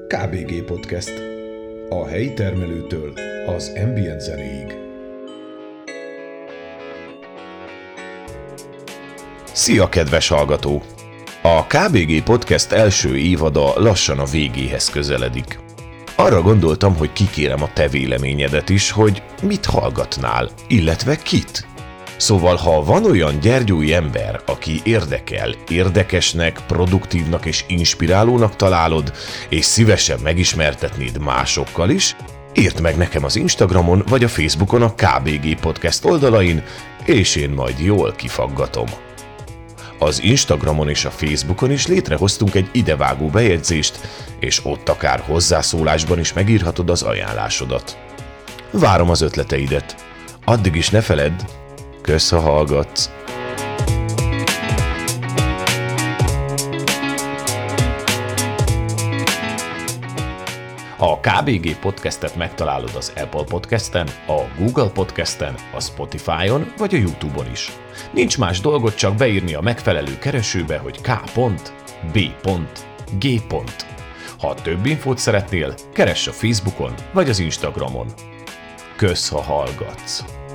KBG Podcast. A helyi termelőtől az ambient zenéig. Szia, kedves hallgató! A KBG Podcast első évada lassan a végéhez közeledik. Arra gondoltam, hogy kikérem a te véleményedet is, hogy mit hallgatnál, illetve kit. Szóval, ha van olyan gyergyói ember, aki érdekel, érdekesnek, produktívnak és inspirálónak találod, és szívesen megismertetnéd másokkal is, írd meg nekem az Instagramon vagy a Facebookon a KBG Podcast oldalain, és én majd jól kifaggatom. Az Instagramon és a Facebookon is létrehoztunk egy idevágó bejegyzést, és ott akár hozzászólásban is megírhatod az ajánlásodat. Várom az ötleteidet. Addig is ne feledd, kösz, ha hallgatsz! A KBG Podcastet megtalálod az Apple Podcasten, a Google Podcasten, a Spotify-on vagy a YouTube-on is. Nincs más dolgot, csak beírni a megfelelő keresőbe, hogy k.b.g. Ha több infót szeretnél, keress a Facebookon vagy az Instagramon. Kösz, ha hallgatsz!